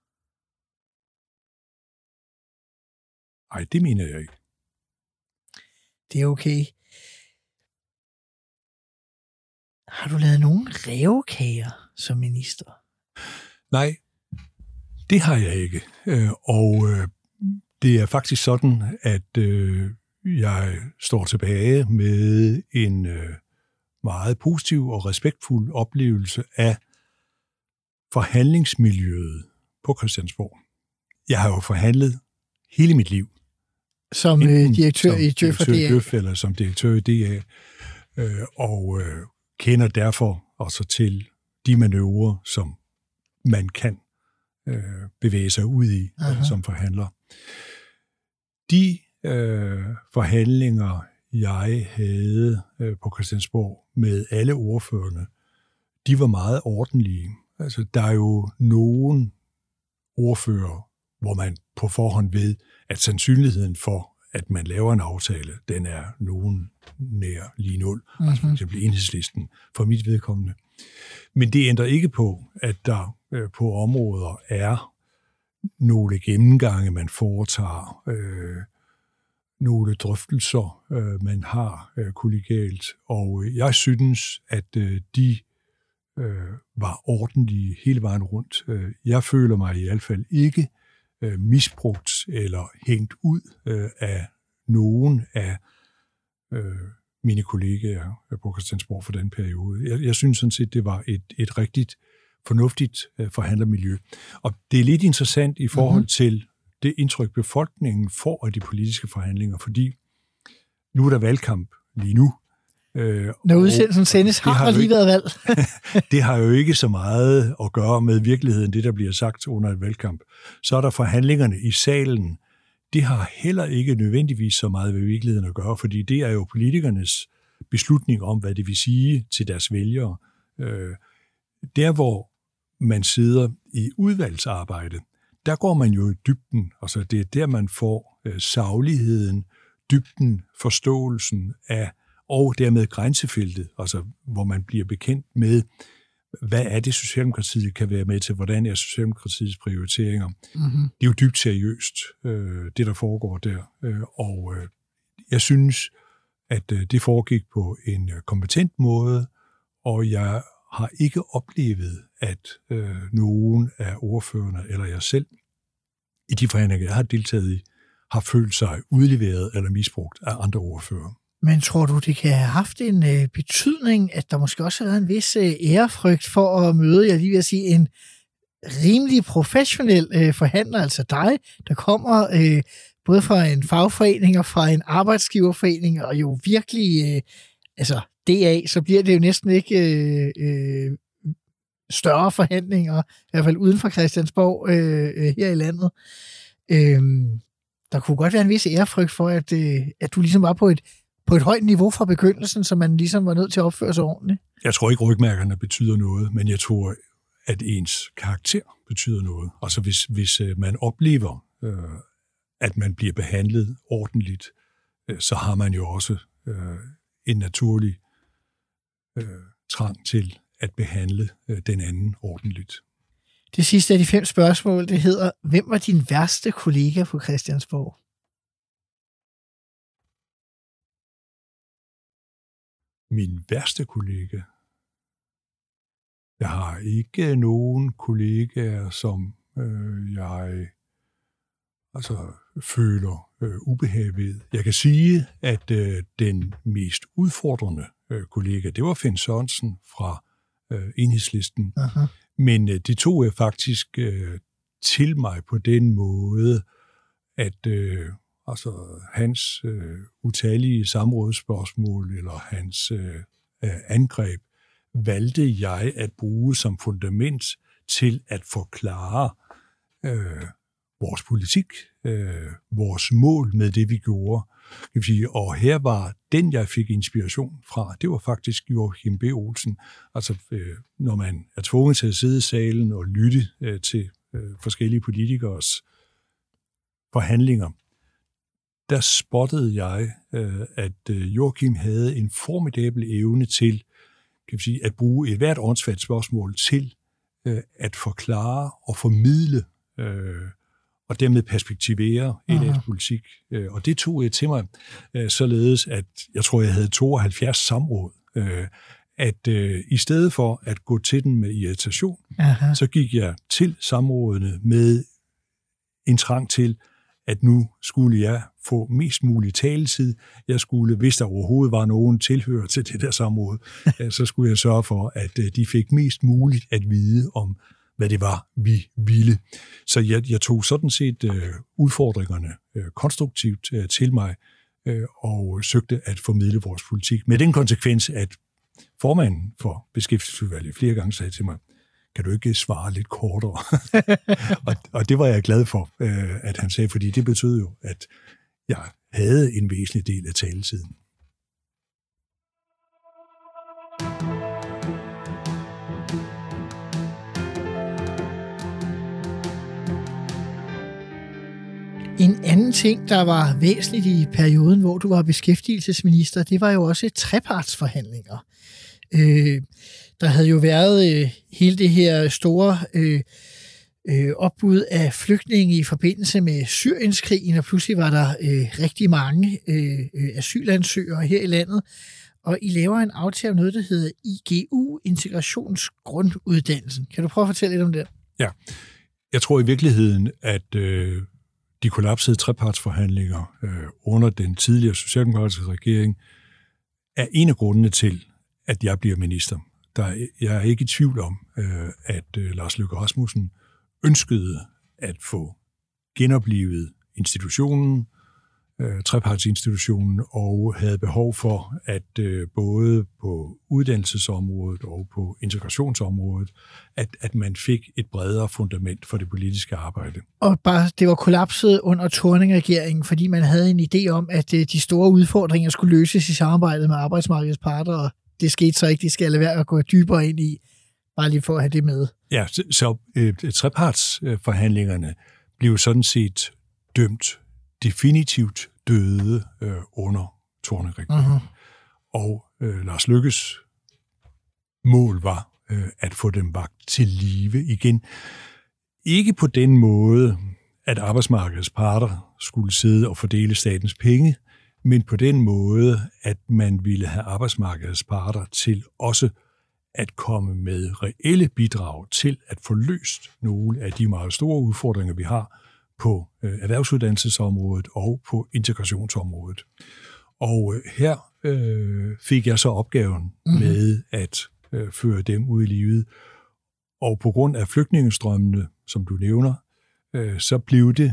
Nej, det mener jeg ikke. Det er okay. Har du lavet nogle rævekager som minister? Nej, det har jeg ikke. Og det er faktisk sådan, at jeg står tilbage med en meget positiv og respektfuld oplevelse af forhandlingsmiljøet på Christiansborg. Jeg har jo forhandlet hele mit liv. Som direktør i Djøf og DA. Eller som direktør i DA. Og kender derfor også til de manøvrer, som man kan bevæge sig ud i som forhandler. De forhandlinger, jeg havde på Christiansborg med alle ordførerne, de var meget ordentlige. Altså, der er jo nogen ordfører, hvor man på forhånd ved, at sandsynligheden for, at man laver en aftale, den er nogen nær lige 0. Altså for eksempel Enhedslisten, for mit vedkommende. Men det ændrer ikke på, at der på områder er nogle gennemgange, man foretager, nogle drøftelser, man har kollegialt. Og jeg synes, at de var ordentlige hele vejen rundt. Jeg føler mig i hvert fald ikke misbrugt eller hængt ud af nogen af mine kollegaer på Christiansborg for den periode. Jeg synes sådan set, det var et rigtigt fornuftigt forhandlermiljø. Og det er lidt interessant i forhold til det indtryk, befolkningen får af de politiske forhandlinger, fordi nu er der valgkamp lige nu. Når udsendelsen sendes, har der lige været valg. Det har jo ikke så meget at gøre med virkeligheden, det der bliver sagt under et valgkamp. Så er der forhandlingerne i salen. Det har heller ikke nødvendigvis så meget med virkeligheden at gøre, fordi det er jo politikernes beslutning om, hvad det vil sige til deres vælgere. Der, hvor man sidder i udvalgsarbejde, der går man jo i dybden. Altså, det er der, man får sagligheden, dybden, forståelsen af, og dermed grænsefeltet, altså hvor man bliver bekendt med, hvad er det, Socialdemokratiet kan være med til, hvordan er Socialdemokratiets prioriteringer. Det er jo dybt seriøst, det der foregår der. Og jeg synes, at det foregik på en kompetent måde, og jeg har ikke oplevet, at nogen af ordførerne eller jeg selv i de forhandlinger, jeg har deltaget i, har følt sig udleveret eller misbrugt af andre ordførere. Men tror du, det kan have haft en betydning, at der måske også har været en vis ærefrygt for at møde, jeg lige vil sige, en rimelig professionel forhandler, altså dig, der kommer både fra en fagforening og fra en arbejdsgiverforening, og jo virkelig, altså DA, så bliver det jo næsten ikke større forhandlinger, i hvert fald uden for Christiansborg her i landet. Der kunne godt være en vis ærefrygt for, at du ligesom var på et højt niveau fra begyndelsen, så man ligesom var nødt til at opføre sig ordentligt. Jeg tror ikke, rygmærkerne betyder noget, men jeg tror, at ens karakter betyder noget. Altså hvis man oplever, at man bliver behandlet ordentligt, så har man jo også en naturlig trang til at behandle den anden ordentligt. Det sidste af de 5 spørgsmål, det hedder, hvem var din værste kollega på Christiansborg? Min værste kollega? Jeg har ikke nogen kollegaer, som jeg føler ubehag ved. Jeg kan sige, at den mest udfordrende kollega, det var Finn Sørensen fra Enhedslisten. Aha. Men de tog jeg faktisk til mig på den måde, at hans utallige samrådsspørgsmål eller hans angreb valgte jeg at bruge som fundament til at forklare vores politik, vores mål med det, vi gjorde. Kan vi sige. Og her var den, jeg fik inspiration fra, det var faktisk Joachim B. Olsen. Altså, når man er tvunget til at sidde i salen og lytte til forskellige politikers forhandlinger, der spottede jeg, at Joachim havde en formidabel evne til, kan vi sige, at bruge et hvert åndsfærdigt spørgsmål til at forklare og formidle og dermed perspektivere et politik. Og det tog jeg til mig således, at jeg tror, jeg havde 72 samråd, at i stedet for at gå til den med irritation, så gik jeg til samrådene med en trang til, at nu skulle jeg få mest mulig taletid. Jeg skulle, hvis der overhovedet var nogen tilhører til det der samråd, så skulle jeg sørge for, at de fik mest muligt at vide om, hvad det var, vi ville. Så jeg tog sådan set udfordringerne konstruktivt til mig og søgte at formidle vores politik. Med den konsekvens, at formanden for Beskæftigelsesudvalget flere gange sagde til mig, kan du ikke svare lidt kortere? og det var jeg glad for, at han sagde, fordi det betød jo, at jeg havde en væsentlig del af taletiden. En anden ting, der var væsentligt i perioden, hvor du var beskæftigelsesminister, det var jo også trepartsforhandlinger. Der havde jo været hele det her store opbud af flygtninge i forbindelse med Syrienskrigen, og pludselig var der rigtig mange asylansøgere her i landet. Og I laver en aftale om noget, der hedder IGU, Integrationsgrunduddannelsen. Kan du prøve at fortælle lidt om det? Ja, jeg tror i virkeligheden, at de kollapsede trepartsforhandlinger under den tidligere socialdemokratiske regering er en af grundene til, at jeg bliver minister. Jeg er ikke i tvivl om, at Lars Løkke Rasmussen ønskede at få genoplivet institutionen, trepartsinstitutionen, og havde behov for, at både på uddannelsesområdet og på integrationsområdet, at man fik et bredere fundament for det politiske arbejde. Og bare det var kollapset under Thorning-regeringen, fordi man havde en idé om, at de store udfordringer skulle løses i samarbejdet med arbejdsmarkedets parter, og det skete så ikke. De skal lade være at gå dybere ind i, bare lige for at have det med. Ja, så trepartsforhandlingerne blev sådan set dømt definitivt døde under Thorning-regeringen. Og Lars Løkkes mål var at få dem vakt til live igen. Ikke på den måde, at arbejdsmarkedets parter skulle sidde og fordele statens penge, men på den måde, at man ville have arbejdsmarkedets parter til også at komme med reelle bidrag til at få løst nogle af de meget store udfordringer, vi har på erhvervsuddannelsesområdet og på integrationsområdet. Og her fik jeg så opgaven med at føre dem ud i livet. Og på grund af flygtningestrømmene, som du nævner, så blev det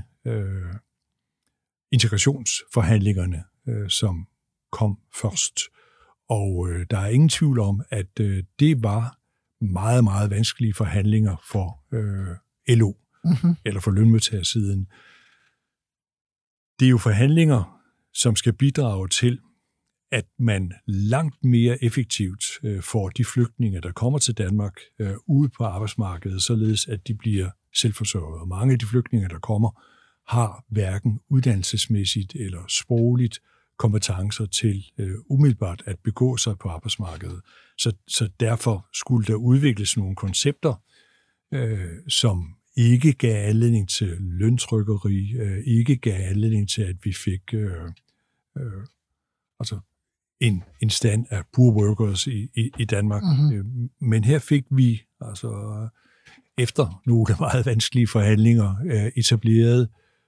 integrationsforhandlingerne, som kom først. Og der er ingen tvivl om, at det var meget, meget vanskelige forhandlinger for LO, eller for lønmodtagersiden. Det er jo forhandlinger, som skal bidrage til, at man langt mere effektivt får de flygtninge, der kommer til Danmark, ude på arbejdsmarkedet, således at de bliver selvforsørgede. Og mange af de flygtninge, der kommer, har hverken uddannelsesmæssigt eller sprogligt kompetencer til umiddelbart at begå sig på arbejdsmarkedet. Så derfor skulle der udvikles nogle koncepter, som ikke gav anledning til løntrykkeri, ikke gav anledning til, at vi fik en stand af poor workers i Danmark. Mm-hmm. Men her fik vi altså efter nogle meget vanskelige forhandlinger etableret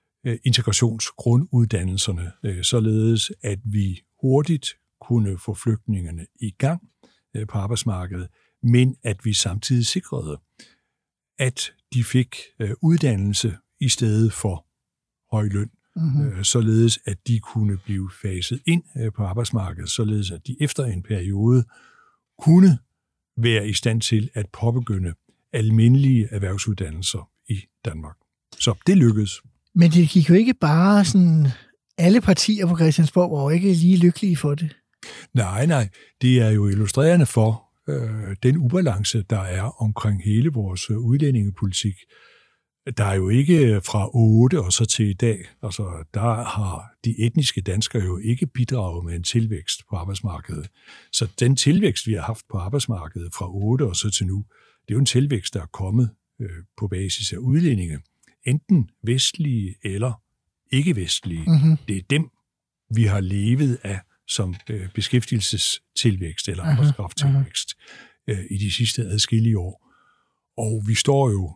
integrationsgrunduddannelserne, således at vi hurtigt kunne få flygtningene i gang på arbejdsmarkedet, men at vi samtidig sikrede, at de fik uddannelse i stedet for høj løn, således at de kunne blive faset ind på arbejdsmarkedet, således at de efter en periode kunne være i stand til at påbegynde almindelige erhvervsuddannelser i Danmark. Så det lykkedes. Men det gik jo ikke bare sådan, alle partier på Christiansborg var jo ikke lige lykkelige for det. Nej, det er jo illustrerende for den ubalance, der er omkring hele vores udlændingepolitik. Der er jo ikke fra 8 og så til i dag, altså der har de etniske danskere jo ikke bidraget med en tilvækst på arbejdsmarkedet. Så den tilvækst, vi har haft på arbejdsmarkedet fra 8 og så til nu, det er jo en tilvækst, der er kommet på basis af udlændinge, enten vestlige eller ikke-vestlige. Mm-hmm. Det er dem, vi har levet af som beskæftigelsestilvækst eller arbejdskrafttilvækst i de sidste adskillige år. Og vi står jo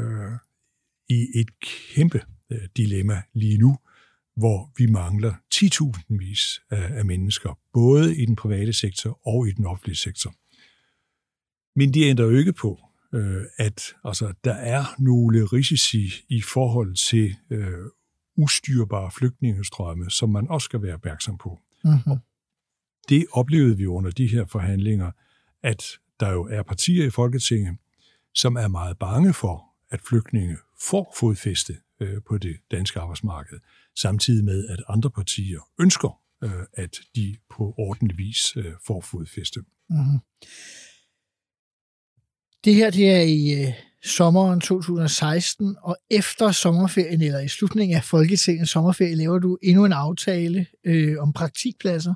i et kæmpe dilemma lige nu, hvor vi mangler 10.000vis af mennesker, både i den private sektor og i den offentlige sektor. Men det ændrer jo ikke på, at altså, der er nogle risici i forhold til ustyrbare flygtningestrømme, som man også skal være opmærksom på. Mm-hmm. Det oplevede vi under de her forhandlinger, at der jo er partier i Folketinget, som er meget bange for, at flygtninge får fodfæste på det danske arbejdsmarked, samtidig med, at andre partier ønsker, at de på ordentlig vis får fodfæste. Mm-hmm. Det her det er i sommeren 2016, og efter sommerferien, eller i slutningen af Folketingets sommerferie, laver du endnu en aftale om praktikpladser.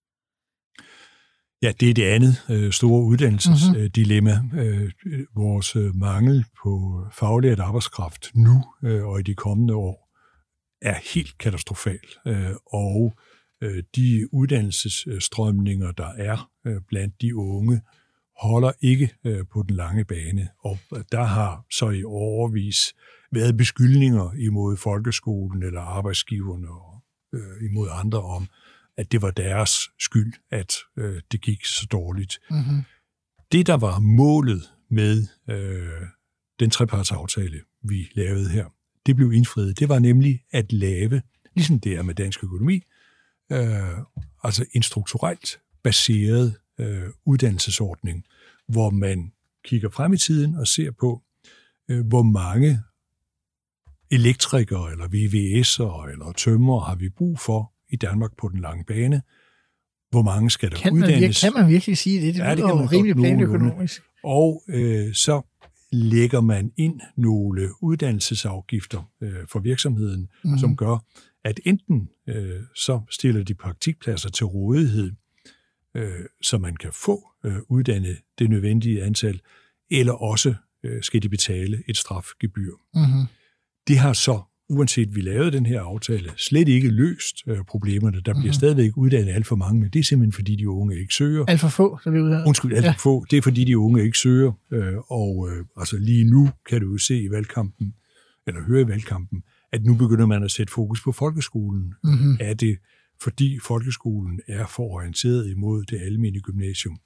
Ja, det er det andet store uddannelsesdilemma. Vores mangel på faglært arbejdskraft nu og i de kommende år er helt katastrofal. Og de uddannelsesstrømninger, der er blandt de unge, holder ikke på den lange bane. Og der har så i årevis været beskyldninger imod folkeskolen eller arbejdsgiverne og imod andre om, at det var deres skyld, at det gik så dårligt. Mm-hmm. Det, der var målet med den trepartsaftale, vi lavede her, det blev indfriet. Det var nemlig at lave, ligesom det er med dansk økonomi, altså en strukturelt baseret uddannelsesordning, hvor man kigger frem i tiden og ser på, hvor mange elektrikere eller VVS'ere eller tømrere har vi brug for i Danmark på den lange bane. Hvor mange skal der uddannes? Kan man virkelig sige det? Det er jo rimelig planøkonomisk. Og så lægger man ind nogle uddannelsesafgifter for virksomheden, som gør, at enten så stiller de praktikpladser til rådighed, så man kan få uddannet det nødvendige antal, eller også skal de betale et strafgebyr. Mm-hmm. Det har så, uanset vi lavede den her aftale, slet ikke løst problemerne. Der bliver stadigvæk uddannet alt for mange, men det er simpelthen fordi de unge ikke søger. Alt for få, så bliver uddannet. Undskyld, alt for få. Det er fordi de unge ikke søger. Altså lige nu kan du jo se i valgkampen, eller høre i valgkampen, at nu begynder man at sætte fokus på folkeskolen. Mm-hmm. Er det fordi folkeskolen er for orienteret imod det almene gymnasium?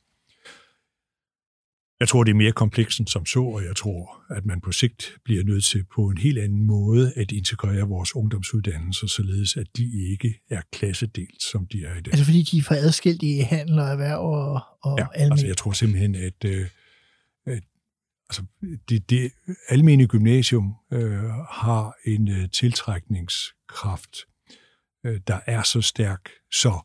Jeg tror, det er mere komplekst end som så, og jeg tror, at man på sigt bliver nødt til på en helt anden måde at integrere vores ungdomsuddannelser, således at de ikke er klassedelt, som de er i dag. Altså fordi de er for adskilt i handel og erhverv og almen? Altså jeg tror simpelthen, at det almene gymnasium har en tiltrækningskraft, der er så stærk, så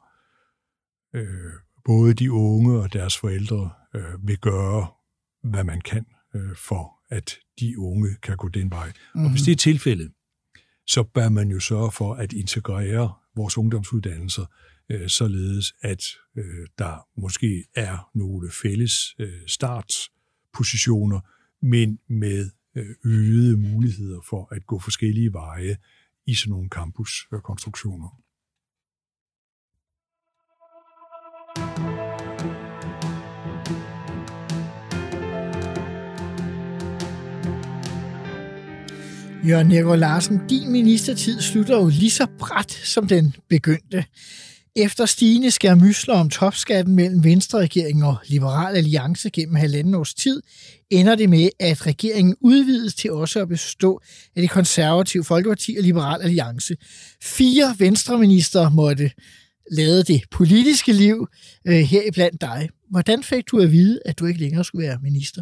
både de unge og deres forældre vil gøre, hvad man kan for, at de unge kan gå den vej. Mm-hmm. Og hvis det er tilfældet, så bør man jo sørge for at integrere vores ungdomsuddannelser, således at der måske er nogle fælles startspositioner, men med øgede muligheder for at gå forskellige veje i sådan nogle campuskonstruktioner. Jørgen Neergaard Larsen, din ministertid slutter jo lige så brat, som den begyndte. Efter stigende skærmysler om topskatten mellem Venstre-regeringen og Liberal Alliance gennem 1,5 års tid, ender det med, at regeringen udvides til også at bestå af det konservative Folkeparti og Liberal Alliance. 4 venstreminister måtte lade det politiske liv heriblandt dig. Hvordan fik du at vide, at du ikke længere skulle være minister?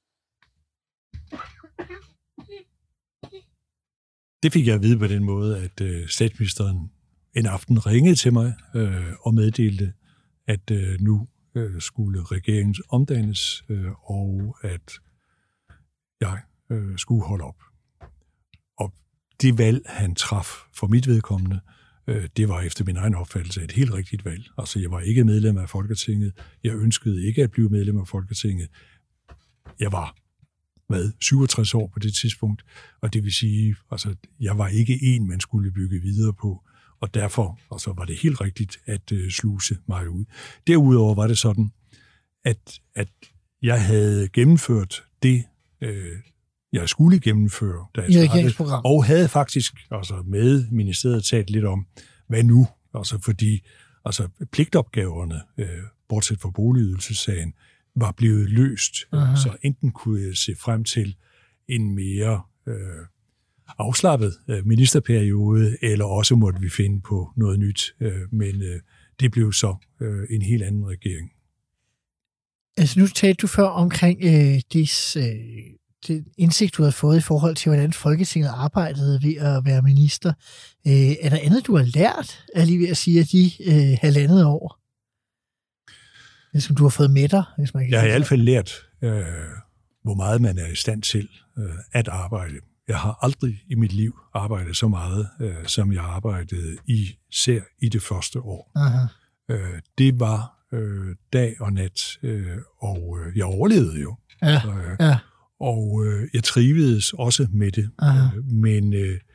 Det fik jeg at vide på den måde, at statsministeren en aften ringede til mig og meddelte, at nu skulle regeringen omdannes, og at jeg skulle holde op. Og det valg, han traf for mit vedkommende, det var efter min egen opfattelse et helt rigtigt valg. Altså, jeg var ikke medlem af Folketinget. Jeg ønskede ikke at blive medlem af Folketinget. Jeg var 67 år på det tidspunkt, og det vil sige, altså, jeg var ikke en, man skulle bygge videre på, og derfor altså, var det helt rigtigt at sluse mig ud. Derudover var det sådan, at jeg havde gennemført det, jeg skulle gennemføre, da jeg startede, og havde faktisk altså, med ministeriet talt lidt om, hvad nu? Altså, fordi altså, pligtopgaverne, bortset fra boligydelsessagen, var blevet løst. Så enten kunne jeg se frem til en mere afslappet ministerperiode, eller også måtte vi finde på noget nyt. Men det blev så en helt anden regering. Altså nu talte du før omkring det indsigt, du havde fået i forhold til, hvordan Folketinget arbejdede ved at være minister. Er der andet, du har lært, er lige ved at sige, af de 1,5 år? Som du har fået med dig, hvis man kan. Jeg har i hvert fald lært, hvor meget man er i stand til at arbejde. Jeg har aldrig i mit liv arbejdet så meget, som jeg arbejdede især i det første år. Det var dag og nat, og jeg overlevede jo. Ja. Og jeg trivedes også med det. Men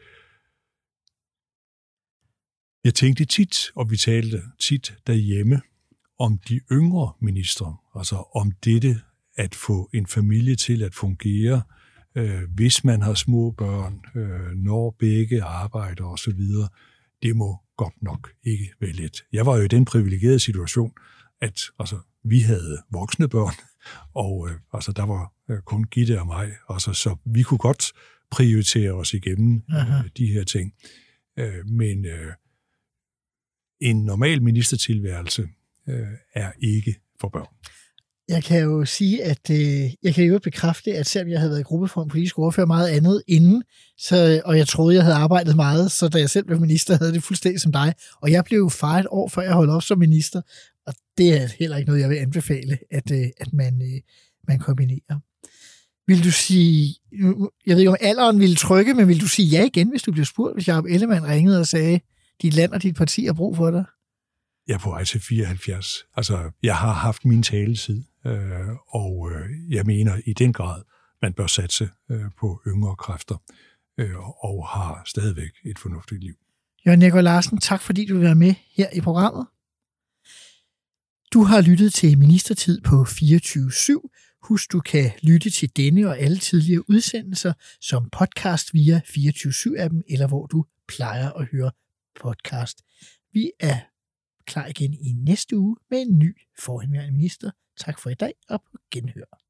jeg tænkte tit, og vi talte tit derhjemme, om de yngre ministre, altså om dette at få en familie til at fungere, hvis man har små børn, når begge arbejder osv., det må godt nok ikke være let. Jeg var jo i den privilegerede situation, at altså, vi havde voksne børn, og altså, der var kun Gitte og mig, altså, så vi kunne godt prioritere os igennem de her ting. Men en normal ministertilværelse er ikke for børn. Jeg kan jo sige, at jeg kan jo bekræfte, at selvom jeg havde været i gruppe for en politisk ordfører meget andet inden, og jeg troede, jeg havde arbejdet meget, så da jeg selv blev minister, havde det fuldstændig som dig. Og jeg blev jo far et år, før jeg holdt op som minister, og det er heller ikke noget, jeg vil anbefale, at man kombinerer. Vil du sige, jeg ved ikke om alderen ville trykke, men vil du sige ja igen, hvis du bliver spurgt, hvis Jacob Ellemann ringede og sagde, dit land og dit parti har brug for dig? Jeg er på vej til 74. Altså, jeg har haft min taletid, og jeg mener i den grad, man bør satse på yngre kræfter, og har stadigvæk et fornuftigt liv. Jørgen Neergaard Larsen, tak fordi du vil være med her i programmet. Du har lyttet til Ministertid på 24/7. Husk, du kan lytte til denne og alle tidligere udsendelser som podcast via 24/7-appen, eller hvor du plejer at høre podcast. Vi er klar igen i næste uge med en ny forhenværende minister. Tak for i dag, og på genhør.